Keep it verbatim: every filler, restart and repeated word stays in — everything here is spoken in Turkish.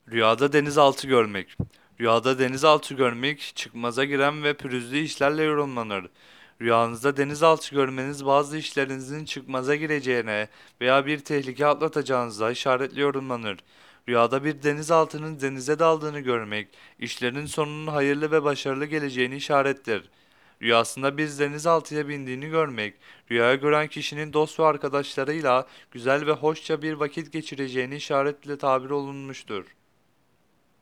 Rüyada denizaltı görmek. Rüyada denizaltı görmek, çıkmaza giren ve pürüzlü işlerle yorumlanır. Rüyanızda denizaltı görmeniz bazı işlerinizin çıkmaza gireceğine veya bir tehlike atlatacağınıza işaretli yorumlanır. Rüyada bir denizaltının denize daldığını görmek, işlerin sonunun hayırlı ve başarılı geleceğini işarettir. Rüyasında bir denizaltıya bindiğini görmek, rüyayı gören kişinin dost ve arkadaşlarıyla güzel ve hoşça bir vakit geçireceğini işaretle tabir olunmuştur.